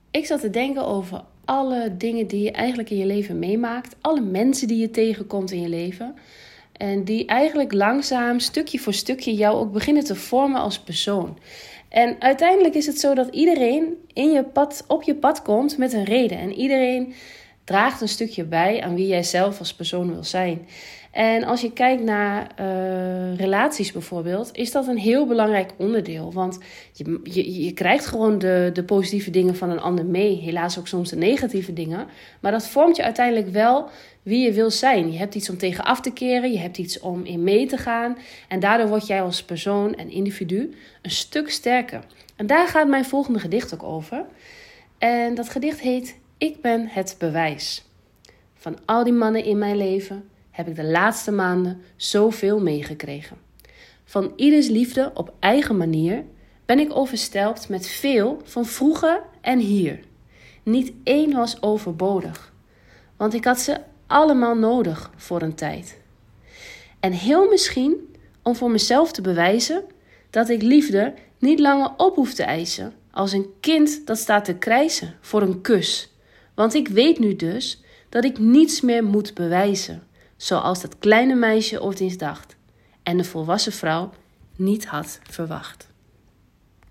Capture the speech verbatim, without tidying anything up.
Ik zat te denken over alle dingen die je eigenlijk in je leven meemaakt. Alle mensen die je tegenkomt in je leven. En die eigenlijk langzaam, stukje voor stukje, jou ook beginnen te vormen als persoon. En uiteindelijk is het zo dat iedereen in je pad, op je pad komt met een reden. En iedereen draagt een stukje bij aan wie jij zelf als persoon wil zijn. En als je kijkt naar uh, relaties bijvoorbeeld, is dat een heel belangrijk onderdeel. Want je, je, je krijgt gewoon de, de positieve dingen van een ander mee. Helaas ook soms de negatieve dingen. Maar dat vormt je uiteindelijk wel wie je wil zijn. Je hebt iets om tegen af te keren. Je hebt iets om in mee te gaan. En daardoor word jij als persoon en individu een stuk sterker. En daar gaat mijn volgende gedicht ook over. En dat gedicht heet Ik ben het bewijs. Van al die mannen in mijn leven heb ik de laatste maanden zoveel meegekregen. Van ieders liefde op eigen manier ben ik overstelpt met veel van vroeger en hier. Niet één was overbodig, want ik had ze allemaal nodig voor een tijd. En heel misschien om voor mezelf te bewijzen dat ik liefde niet langer op hoef te eisen als een kind dat staat te krijsen voor een kus. Want ik weet nu dus dat ik niets meer moet bewijzen, zoals dat kleine meisje ooit eens dacht en de volwassen vrouw niet had verwacht.